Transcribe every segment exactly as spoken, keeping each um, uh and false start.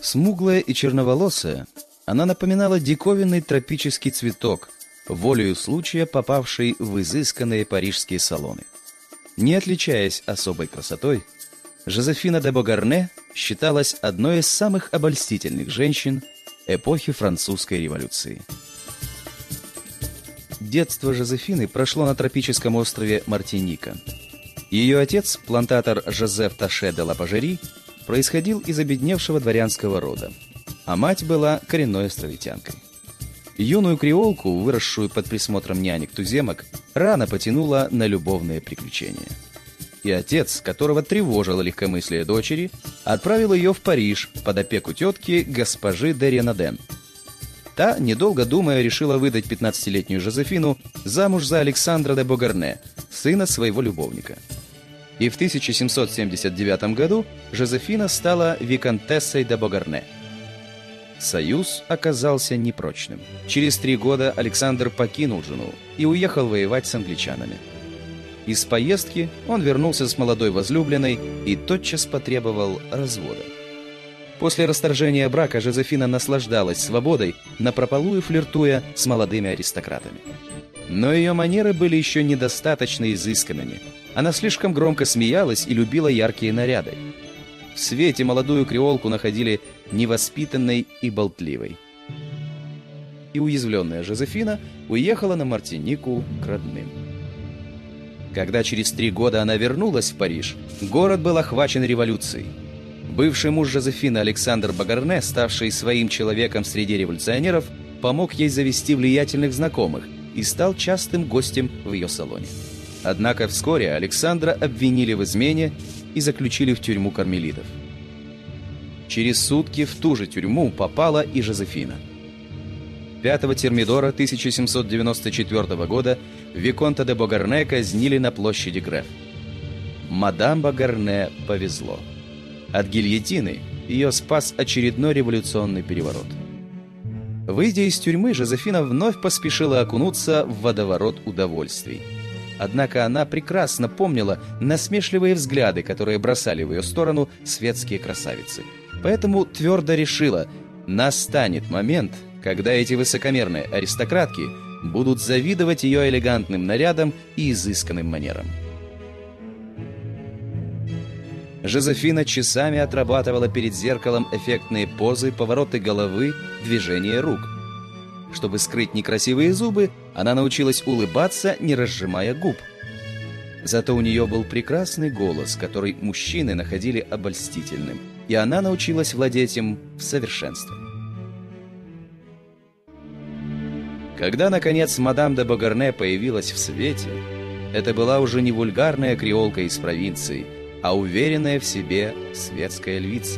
Смуглая и черноволосая, она напоминала диковинный тропический цветок, волею случая попавший в изысканные парижские салоны. Не отличаясь особой красотой, Жозефина де Богарне считалась одной из самых обольстительных женщин эпохи французской революции. Детство Жозефины прошло на тропическом острове Мартиника. Ее отец, плантатор Жозеф Таше де ла Пажери, происходил из обедневшего дворянского рода, а мать была коренной островитянкой. Юную креолку, выросшую под присмотром нянек-туземок, рано потянула на любовные приключения. И отец, которого тревожило легкомыслие дочери, отправил ее в Париж под опеку тетки госпожи де Ренаден. Та, недолго думая, решила выдать пятнадцатилетнюю Жозефину замуж за Александра де Богарне, сына своего любовника. И в тысяча семьсот семьдесят девятом году Жозефина стала виконтессой де Богарне. Союз оказался непрочным. Через три года Александр покинул жену и уехал воевать с англичанами. Из поездки он вернулся с молодой возлюбленной и тотчас потребовал развода. После расторжения брака Жозефина наслаждалась свободой, напропалую флиртуя с молодыми аристократами. Но ее манеры были еще недостаточно изысканными. Она слишком громко смеялась и любила яркие наряды. В свете молодую креолку находили невоспитанной и болтливой. И уязвленная Жозефина уехала на Мартинику к родным. Когда через три года она вернулась в Париж, город был охвачен революцией. Бывший муж Жозефины Александр Богарне, ставший своим человеком среди революционеров, помог ей завести влиятельных знакомых и стал частым гостем в ее салоне. Однако вскоре Александра обвинили в измене и заключили в тюрьму кармелитов. Через сутки в ту же тюрьму попала и Жозефина. пятого Термидора тысяча семьсот девяносто четвёртого года виконта де Богарне казнили на площади Греф. Мадам Богарне повезло. От гильотины ее спас очередной революционный переворот. Выйдя из тюрьмы, Жозефина вновь поспешила окунуться в водоворот удовольствий. Однако она прекрасно помнила насмешливые взгляды, которые бросали в ее сторону светские красавицы. Поэтому твердо решила, настанет момент, когда эти высокомерные аристократки будут завидовать ее элегантным нарядам и изысканным манерам. Жозефина часами отрабатывала перед зеркалом эффектные позы, повороты головы, движения рук. Чтобы скрыть некрасивые зубы, она научилась улыбаться, не разжимая губ. Зато у нее был прекрасный голос, который мужчины находили обольстительным, и она научилась владеть им в совершенстве. Когда, наконец, мадам де Богарне появилась в свете, это была уже не вульгарная креолка из провинции, а уверенная в себе светская львица.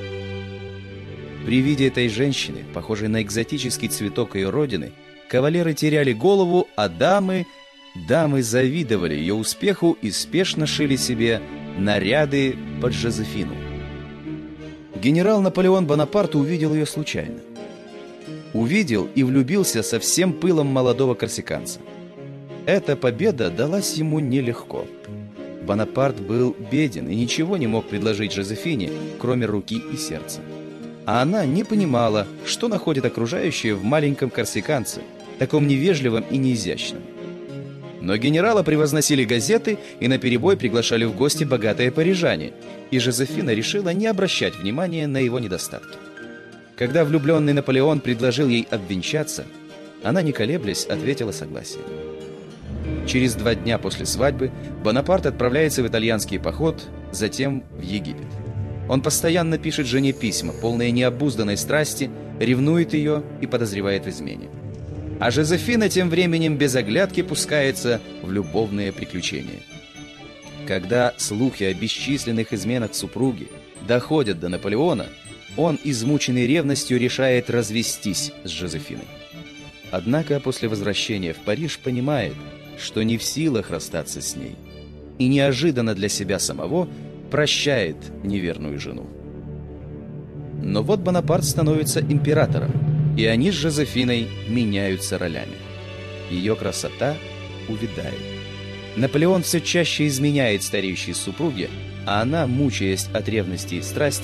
При виде этой женщины, похожей на экзотический цветок ее родины, кавалеры теряли голову, а дамы, дамы завидовали ее успеху и спешно шили себе наряды под Жозефину. Генерал Наполеон Бонапарт увидел ее случайно. Увидел и влюбился со всем пылом молодого корсиканца. Эта победа далась ему нелегко. Бонапарт был беден и ничего не мог предложить Жозефине, кроме руки и сердца. А она не понимала, что находят окружающие в маленьком корсиканце, таком невежливом и неизящном. Но генерала превозносили газеты и наперебой приглашали в гости богатые парижане, и Жозефина решила не обращать внимания на его недостатки. Когда влюбленный Наполеон предложил ей обвенчаться, она, не колеблясь, ответила согласием. Через два дня после свадьбы Бонапарт отправляется в итальянский поход, затем в Египет. Он постоянно пишет жене письма, полные необузданной страсти, ревнует ее и подозревает в измене. А Жозефина тем временем без оглядки пускается в любовные приключения. Когда слухи о бесчисленных изменах супруги доходят до Наполеона, он, измученный ревностью, решает развестись с Жозефиной. Однако после возвращения в Париж понимает, что не в силах расстаться с ней, и неожиданно для себя самого прощает неверную жену. Но вот Бонапарт становится императором, и они с Жозефиной меняются ролями. Ее красота увядает. Наполеон все чаще изменяет стареющей супруге, а она, мучаясь от ревности и страсти,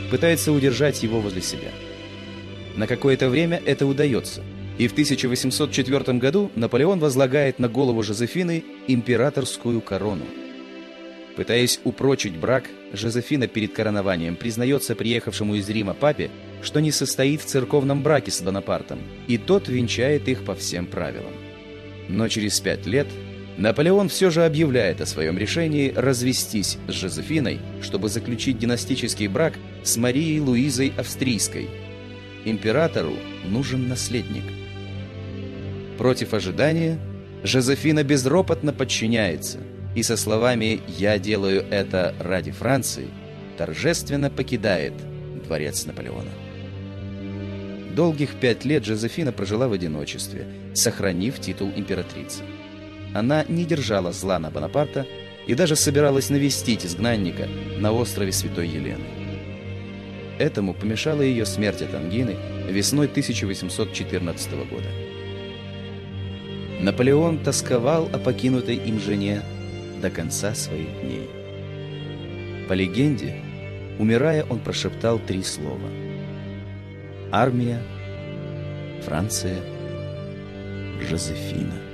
пытается удержать его возле себя. На какое-то время это удается, и в тысяча восемьсот четвёртом году Наполеон возлагает на голову Жозефины императорскую корону. Пытаясь упрочить брак, Жозефина перед коронованием признается приехавшему из Рима папе, что не состоит в церковном браке с Бонапартом, и тот венчает их по всем правилам. Но через пять лет Наполеон все же объявляет о своем решении развестись с Жозефиной, чтобы заключить династический брак с Марией Луизой Австрийской. Императору нужен наследник. Против ожидания Жозефина безропотно подчиняется и со словами «Я делаю это ради Франции» торжественно покидает дворец Наполеона. Долгих пять лет Жозефина прожила в одиночестве, сохранив титул императрицы. Она не держала зла на Бонапарта и даже собиралась навестить изгнанника на острове Святой Елены. Этому помешала ее смерть от ангины весной тысяча восемьсот четырнадцатого года. Наполеон тосковал о покинутой им жене до конца своих дней. По легенде, умирая, он прошептал три слова: армия, Франция, Жозефина.